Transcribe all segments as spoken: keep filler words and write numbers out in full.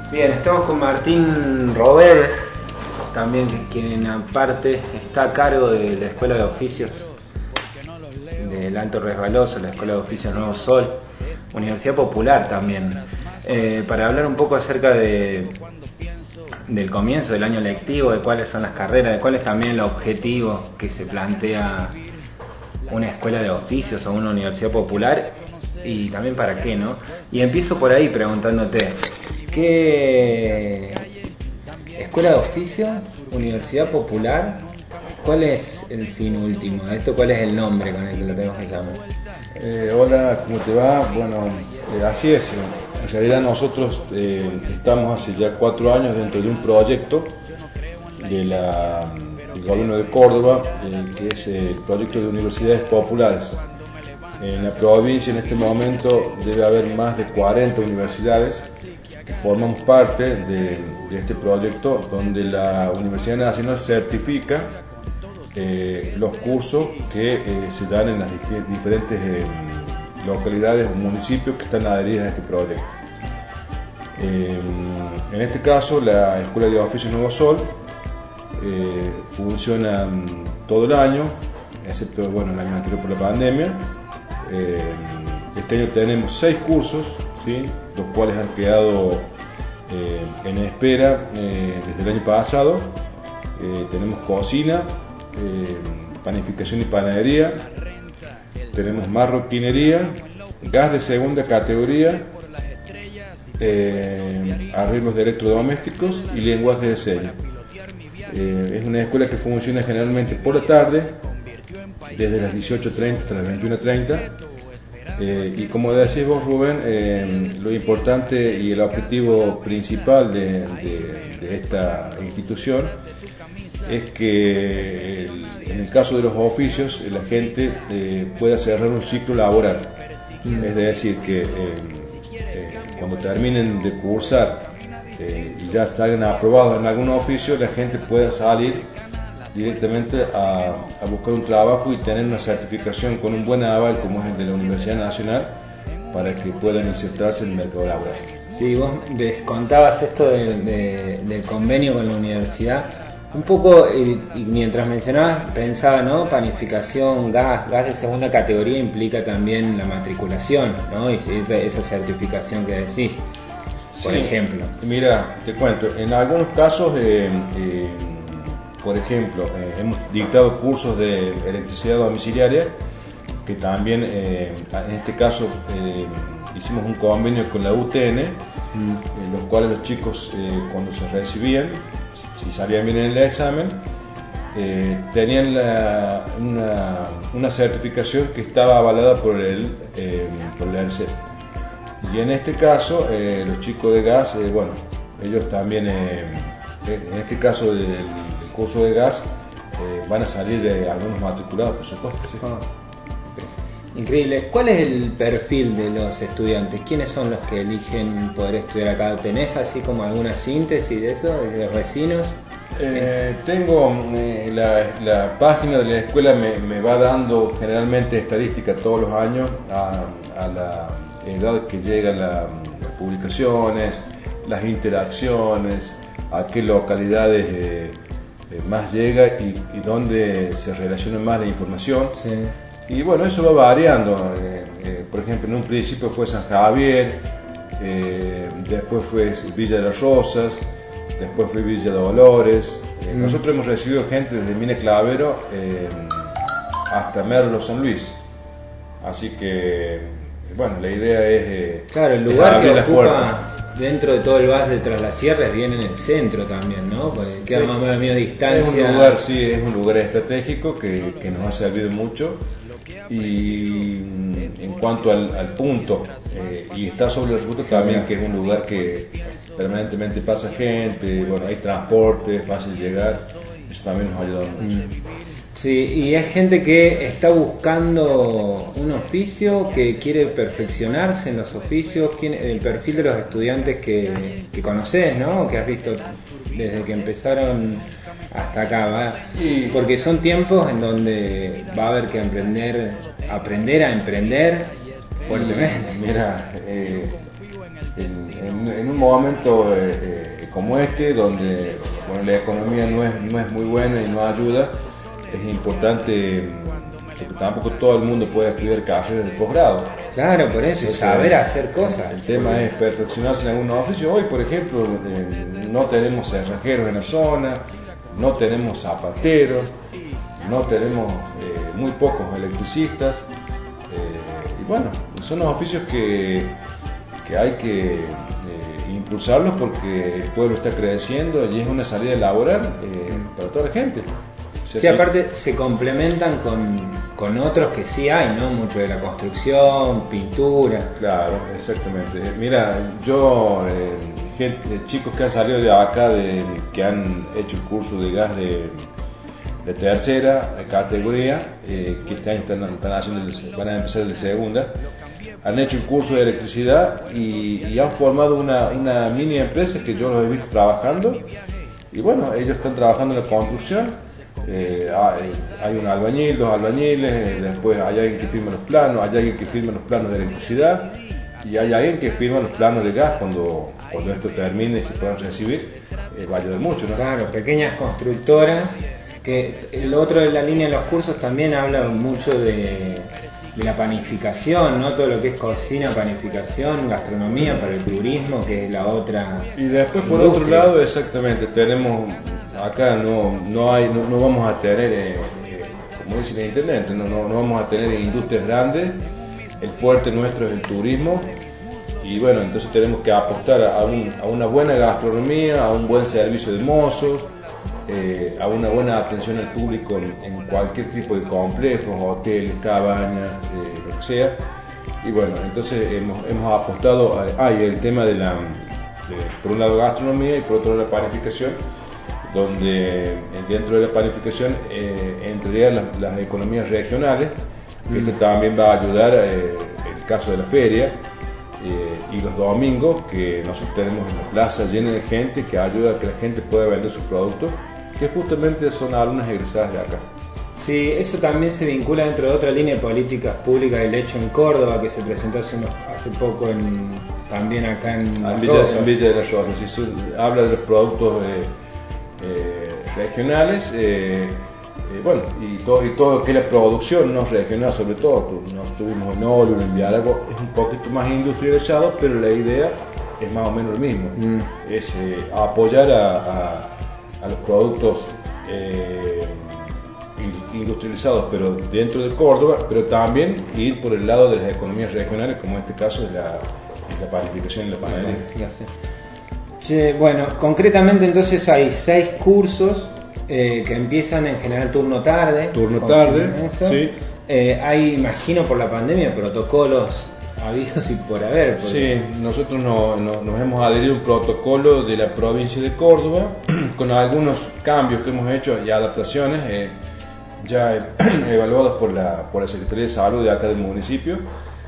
Bien, estamos con Martín Robedes, también quien aparte está a cargo de la Escuela de Oficios del Alto Resbaloso, la Escuela de Oficios Nuevo Sol, Universidad Popular también, eh, para hablar un poco acerca de, del comienzo del año lectivo, de cuáles son las carreras, de cuál es también el objetivo que se plantea una escuela de oficios o una universidad popular y también para qué, ¿no? Y empiezo por ahí preguntándote, ¿qué escuela de oficios, universidad popular? ¿Cuál es el fin último de esto? ¿Cuál es el nombre con el que lo tenemos que llamar? Eh, hola, ¿cómo te va? Bueno, eh, así es. En realidad nosotros eh, estamos hace ya cuatro años dentro de un proyecto de la, del gobierno de Córdoba, eh, que es el proyecto de universidades populares. En la provincia en este momento debe haber más de cuarenta universidades que formamos parte de, de este proyecto, donde la Universidad Nacional certifica eh, los cursos que eh, se dan en las diferentes eh, localidades o municipios que están adheridas a este proyecto. Eh, en este caso, la Escuela de Oficios Nuevo Sol eh, funciona todo el año, excepto bueno, el año anterior por la pandemia. Eh, este año tenemos seis cursos, ¿sí? Los cuales han quedado eh, en espera eh, desde el año pasado. Eh, tenemos cocina, eh, panificación y panadería, tenemos marroquinería, gas de segunda categoría, eh, arreglos de electrodomésticos y lenguaje de señas. Eh, es una escuela que funciona generalmente por la tarde, desde las dieciocho treinta hasta las veintiuno treinta. Eh, y como decís vos, Rubén, eh, lo importante y el objetivo principal de, de, de esta institución es que el, en el caso de los oficios la gente eh, pueda cerrar un ciclo laboral. Mm. Es decir, que eh, eh, cuando terminen de cursar eh, y ya estén aprobados en algún oficio, la gente pueda salir directamente a, a buscar un trabajo y tener una certificación con un buen aval como es el de la Universidad Nacional para que puedan insertarse en el mercado laboral. Sí, vos contabas esto de, de, del convenio con la universidad. Un poco, y, y mientras mencionabas, pensaba, ¿no? Panificación, gas, gas de segunda categoría implica también la matriculación, ¿no? Y esa certificación que decís, por sí, ejemplo. Mira, te cuento, en algunos casos, eh, eh, por ejemplo, eh, hemos dictado cursos de electricidad domiciliaria, que también, eh, en este caso, eh, hicimos un convenio con la U T N, mm. en los cuales los chicos, eh, cuando se recibían, si salían bien en el examen, eh, tenían la, una, una certificación que estaba avalada por el, eh, por el ERCEP. Y en este caso, eh, los chicos de gas, eh, bueno, ellos también, eh, en este caso del, del curso de gas, eh, van a salir eh, algunos matriculados, por supuesto. ¿Sí? Oh, increíble. ¿Cuál es el perfil de los estudiantes? ¿Quiénes son los que eligen poder estudiar acá? ¿Tenés así como alguna síntesis de eso, de los vecinos? Eh, tengo eh, la, la página de la escuela me, me va dando generalmente estadísticas todos los años a, a la edad que llegan la, las publicaciones, las interacciones, a qué localidades eh, eh, más llega y, y dónde se relaciona más la información. Sí. Y bueno, eso va variando. Eh, eh, por ejemplo, en un principio fue San Javier, eh, después fue Villa de las Rosas, después fue Villa Dolores. Eh, mm. Nosotros hemos recibido gente desde Mina Clavero eh, hasta Merlo San Luis. Así que, bueno, la idea es eh, claro, el lugar que ocupa dentro de todo el valle de Tras las Sierras viene en el centro también, ¿no? Porque queda más o menos a media distancia. Es un lugar, sí, es un lugar estratégico que, que nos ha servido mucho. Y en cuanto al, al punto, eh, y está sobre el ruta también, que es un lugar que permanentemente pasa gente, bueno, hay transporte, fácil llegar, eso también nos ha ayudado mucho. Sí, y es gente que está buscando un oficio, que quiere perfeccionarse en los oficios. ¿Quién, el perfil de los estudiantes que, que conoces, ¿no? Que has visto desde que empezaron hasta acá, ¿va? Y porque son tiempos en donde va a haber que aprender, aprender a emprender fuertemente. Y, mira, eh, en, en, en un momento eh, eh, como este, donde bueno, la economía no es, no es muy buena y no ayuda, es importante, porque tampoco todo el mundo puede estudiar carreras de posgrado. Claro, por eso, Entonces, saber hacer cosas. El tema es perfeccionarse en algún oficio. Hoy, por ejemplo, eh, no tenemos cerrajeros en la zona, no tenemos zapateros, no tenemos eh, muy pocos electricistas. Eh, y bueno, son oficios que, que hay que eh, impulsarlos porque el pueblo está creciendo y es una salida laboral eh, para toda la gente. O sea, sí, aparte se complementan con, con otros que sí hay, ¿no? Mucho de la construcción, pintura. Claro, exactamente. Mira, yo, eh, gente, chicos que han salido de acá, de, que han hecho el curso de gas de, de tercera categoría, eh, que están, están, están haciendo el, van a empezar el de segunda, han hecho el curso de electricidad y, y han formado una, una mini empresa que yo los he visto trabajando. Y bueno, ellos están trabajando en la construcción. Eh, hay, hay un albañil, dos albañiles, eh, después hay alguien que firma los planos, hay alguien que firma los planos de electricidad y hay alguien que firma los planos de gas cuando, cuando esto termine y se puedan recibir. Eh, va a ayudar mucho, ¿no? Claro, pequeñas constructoras. Que el otro de la línea de los cursos también habla mucho de, de la panificación, ¿no? Todo lo que es cocina, panificación, gastronomía para el turismo, que es la otra. Y después por industria. otro lado, exactamente, tenemos acá no, no hay no, no vamos a tener eh, eh, como dice el intendente, no, no, no vamos a tener industrias grandes. El fuerte nuestro es el turismo y bueno, entonces tenemos que apostar a, un, a una buena gastronomía, a un buen servicio de mozos, eh, a una buena atención al público en, en cualquier tipo de complejos, hoteles, cabañas, eh, lo que sea. Y bueno, entonces hemos, hemos apostado a, ah, y el tema de la de, por un lado gastronomía y por otro lado la panificación, donde dentro de la panificación eh, entrarían las, las economías regionales, que esto también va a ayudar, eh, el caso de la feria eh, y los domingos, que nosotros tenemos en la plaza llena de gente que ayuda a que la gente pueda vender sus productos, que justamente son alumnas egresadas de acá. Sí, eso también se vincula dentro de otra línea de políticas públicas del hecho en Córdoba, que se presentó hace, unos, hace poco en, también acá en, en, Villa, en Villa de las Rosas. Sí, habla de los productos eh, eh, regionales, eh, eh, bueno, y todo, y todo lo que es la producción no regional, sobre todo. Nos tuvimos en Óleo, en Vialago, es un poquito más industrializado, pero la idea es más o menos lo mismo, mm. es eh, apoyar a, a, a los productos eh, industrializados, pero dentro de Córdoba, pero también ir por el lado de las economías regionales, como en este caso es la, es la panificación y la panadería. Sí, bueno, concretamente entonces hay seis cursos eh, que empiezan en general turno tarde. Turno tarde, sí. Eh, hay, imagino por la pandemia, protocolos habidos y por haber. Porque... Sí, nosotros no, no, nos hemos adherido a un protocolo de la provincia de Córdoba, con algunos cambios que hemos hecho y adaptaciones. Eh, ya evaluados por la, por la Secretaría de Salud de acá del municipio.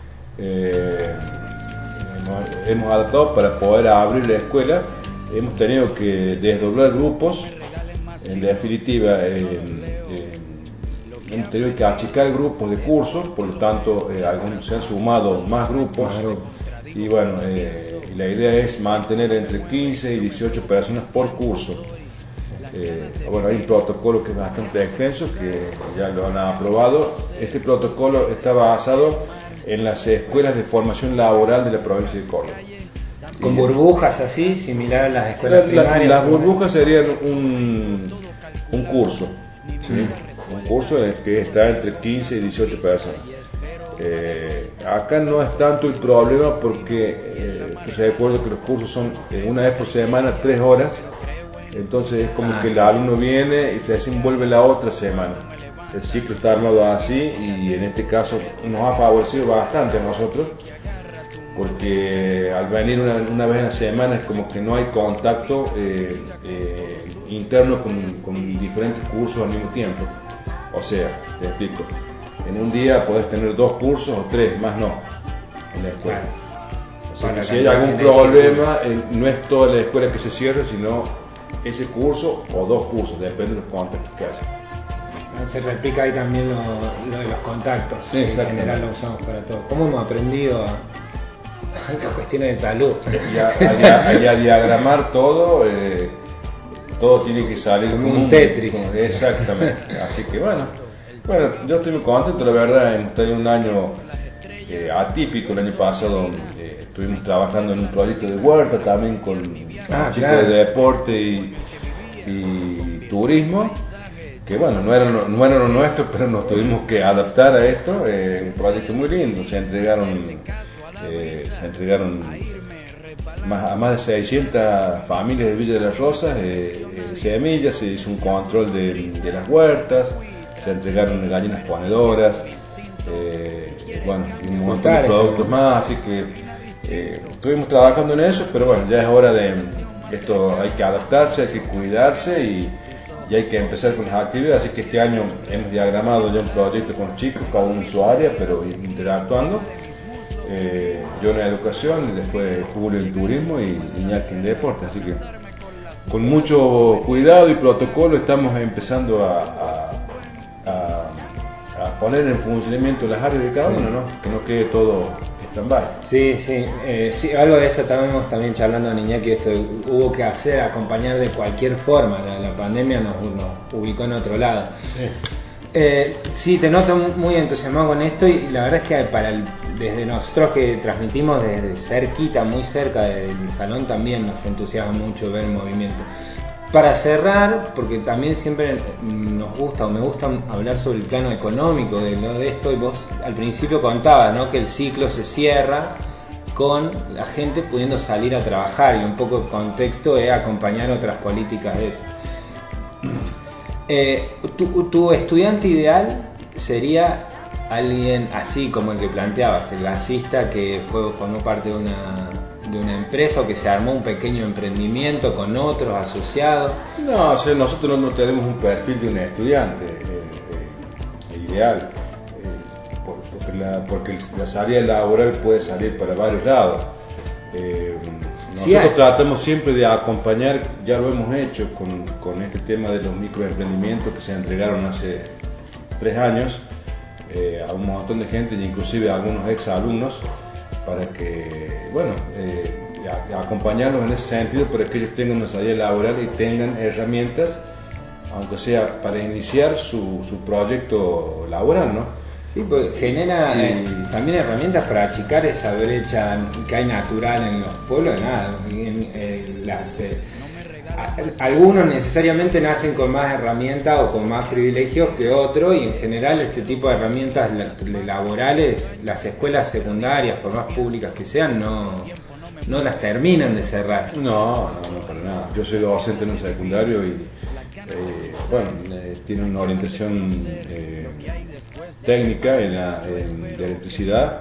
Eh, hemos, hemos adaptado para poder abrir la escuela. Hemos tenido que desdoblar grupos, en definitiva eh, eh, hemos tenido que achicar grupos de cursos, por lo tanto eh, algunos se han sumado más grupos. Claro. Y bueno, eh, la idea es mantener entre quince y dieciocho personas por curso. Eh, bueno, hay un protocolo que es bastante extenso, que ya lo han aprobado. Este protocolo está basado en las escuelas de formación laboral de la provincia de Córdoba. ¿Con burbujas así, similar a las escuelas la, primarias? La, las burbujas serían un, un curso, ¿sí? mm. un curso en el que está entre quince y dieciocho personas. Eh, acá no es tanto el problema porque eh, recuerdo que los cursos son eh, una vez por semana, tres horas. Entonces es como ah, que el alumno viene y recién vuelve la otra semana. El ciclo está armado así y en este caso nos ha favorecido bastante a nosotros, porque al venir una, una vez a la semana es como que no hay contacto eh, eh, interno con, con diferentes cursos al mismo tiempo. O sea, te explico, en un día podés tener dos cursos o tres, más no, en la escuela. O sea que si hay algún problema, eh, no es toda la escuela que se cierra, sino ese curso o dos cursos, depende de los contactos que haya. se replica ahí también lo, lo de los contactos, que en general lo usamos para todo. ¿Cómo hemos aprendido a, a cuestiones de salud? Y a, a, a, a diagramar todo, eh, todo tiene que salir como, como un, un Tetris. Como, exactamente. Así que bueno, bueno, yo estoy muy contento, la verdad, hemos tenido un año eh, atípico el año pasado. Eh, estuvimos trabajando en un proyecto de huerta también con, con ah, chicos claro. de deporte y, y turismo. Que bueno, no era, no era lo nuestro, pero nos tuvimos que adaptar a esto. Eh, un proyecto muy lindo, se entregaron, eh, se entregaron más, a más de seiscientas familias de Villa de las Rosas eh, eh, semillas, se hizo un control de, de las huertas, se entregaron gallinas ponedoras, eh, bueno, un montón de productos más, así que eh, estuvimos trabajando en eso, pero bueno, ya es hora de esto, hay que adaptarse, hay que cuidarse y y hay que empezar con las actividades, así que este año hemos diagramado ya un proyecto con los chicos, cada uno en su área, pero interactuando. Eh, yo en educación, y después Julio en turismo y Iñaki en deporte, así que con mucho cuidado y protocolo estamos empezando a, a, a, a poner en funcionamiento las áreas de cada uno, ¿no? Que no quede todo stand-by. Sí, sí, eh, sí, algo de eso estábamos también charlando en Iñaki, esto hubo que hacer, acompañar de cualquier forma, la, la pandemia nos, nos ubicó en otro lado. Sí. Eh, sí, te noto muy entusiasmado con esto y la verdad es que para el, desde nosotros que transmitimos desde cerquita, muy cerca del salón, también nos entusiasma mucho ver el movimiento. Para cerrar, porque también siempre nos gusta o me gusta hablar sobre el plano económico de, lo de esto, y vos al principio contabas, ¿no?, que el ciclo se cierra con la gente pudiendo salir a trabajar y un poco el contexto es acompañar otras políticas de eso. Eh, tu, tu estudiante ideal sería alguien así como el que planteabas, el gasista que fue, formó parte de una... de una empresa o que se armó un pequeño emprendimiento con otros asociados. No, o sea, nosotros no tenemos un perfil de un estudiante eh, eh, ideal, eh, porque, la, porque la salida laboral puede salir para varios lados. Eh, nosotros sí, tratamos siempre de acompañar, ya lo hemos hecho con, con este tema de los microemprendimientos que se entregaron hace tres años eh, a un montón de gente, inclusive a algunos ex alumnos, para que, bueno, eh, acompañarlos en ese sentido para que ellos tengan una salida laboral y tengan herramientas, aunque sea para iniciar su, su proyecto laboral, ¿no? Sí, porque genera y, eh, también herramientas para achicar esa brecha que hay natural en los pueblos, nada, en, en las... Eh, algunos necesariamente nacen con más herramientas o con más privilegios que otros y en general este tipo de herramientas laborales, las escuelas secundarias, por más públicas que sean, no, no las terminan de cerrar. No, no, no, para nada. Yo soy docente en un secundario y eh, bueno, eh, tiene una orientación eh, técnica en la, en, de electricidad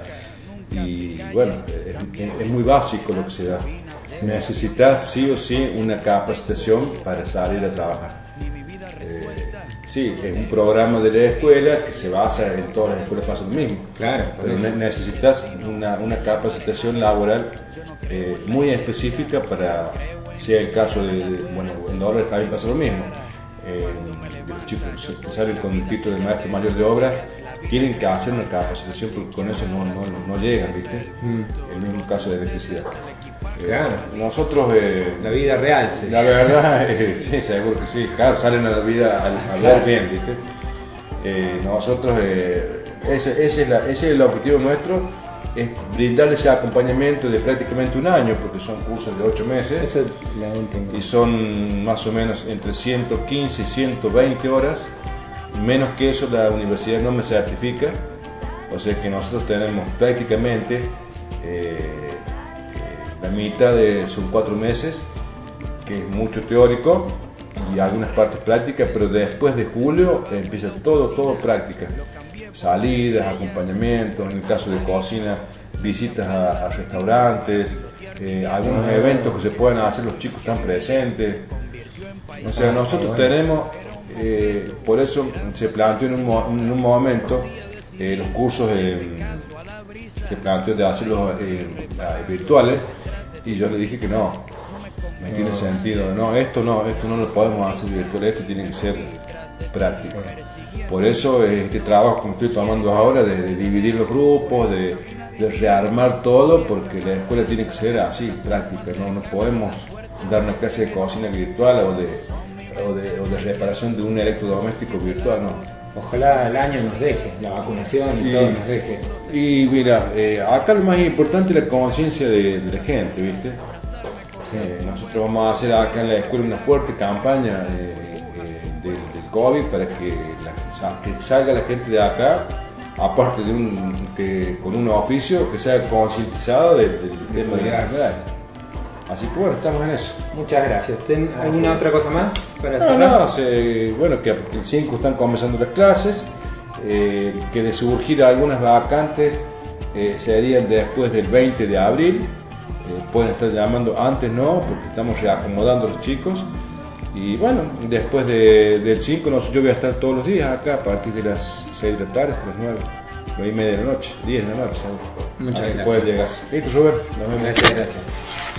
y bueno, es, es muy básico lo que se da. Necesitas sí o sí una capacitación para salir a trabajar. Eh, sí, es un programa de la escuela que se basa en todas las escuelas, pasa lo mismo. Claro, pero ne- necesitas una, una capacitación laboral eh, muy específica para, si es el caso de, de bueno, en obras también pasa lo mismo. Eh, los chicos que salen con el título de maestro mayor de obra tienen que hacer una capacitación porque con eso no, no, no llegan, ¿viste? Mm. El mismo caso de electricidad. Claro. Eh, nosotros eh, la vida real sí. La verdad eh, sí, seguro que sí, claro, salen a la vida a, a ver bien, ¿viste? Eh, nosotros eh, ese, ese, es la, ese es el objetivo nuestro, es brindarles ese acompañamiento de prácticamente un año, porque son cursos de ocho meses. Eso es la última. Y son más o menos entre ciento quince y ciento veinte horas, menos que eso la universidad no me certifica, o sea que nosotros tenemos prácticamente eh, la mitad de son cuatro meses, que es mucho teórico y algunas partes prácticas, pero después de julio empieza todo, todo práctica, salidas, acompañamientos, en el caso de cocina, visitas a, a restaurantes, eh, algunos eventos que se puedan hacer, los chicos están presentes. O sea, nosotros tenemos, eh, por eso se planteó en un, mo- en un momento eh, los cursos eh, se planteó de hacerlos eh, virtuales. Y yo le dije que no, no tiene sentido, no, esto no, esto no lo podemos hacer virtual, esto tiene que ser práctica. Por eso este trabajo que estoy tomando ahora de, de dividir los grupos, de, de rearmar todo, porque la escuela tiene que ser así, práctica, no, no podemos dar una clase de cocina virtual o de, o de, o de reparación de un electrodoméstico virtual, no. Ojalá el año nos deje, la vacunación y, y todo nos deje. Y mira, eh, acá lo más importante es la conciencia de, de la gente, ¿viste? Sí. Eh, nosotros vamos a hacer acá en la escuela una fuerte campaña eh, eh, del, del COVID para que, la, que salga la gente de acá, aparte de un que, con un oficio que sea concientizado del, del tema de la enfermedad. Así que bueno, estamos en eso. Muchas gracias. ¿Ten alguna otra cosa más para no, cerrar? No, se, bueno, que el cinco están comenzando las clases, eh, que de surgir algunas vacantes eh, serían después del veinte de abril. Eh, pueden estar llamando antes, no, porque estamos reacomodando a los chicos. Y bueno, después de, del cinco no, yo voy a estar todos los días acá a partir de las seis de la tarde, hasta las nueve, nueve y media de la noche, diez de la noche. ¿Sabes? Muchas Así gracias. puedes llegar. Listo, Robert. Nos vemos. Gracias, gracias.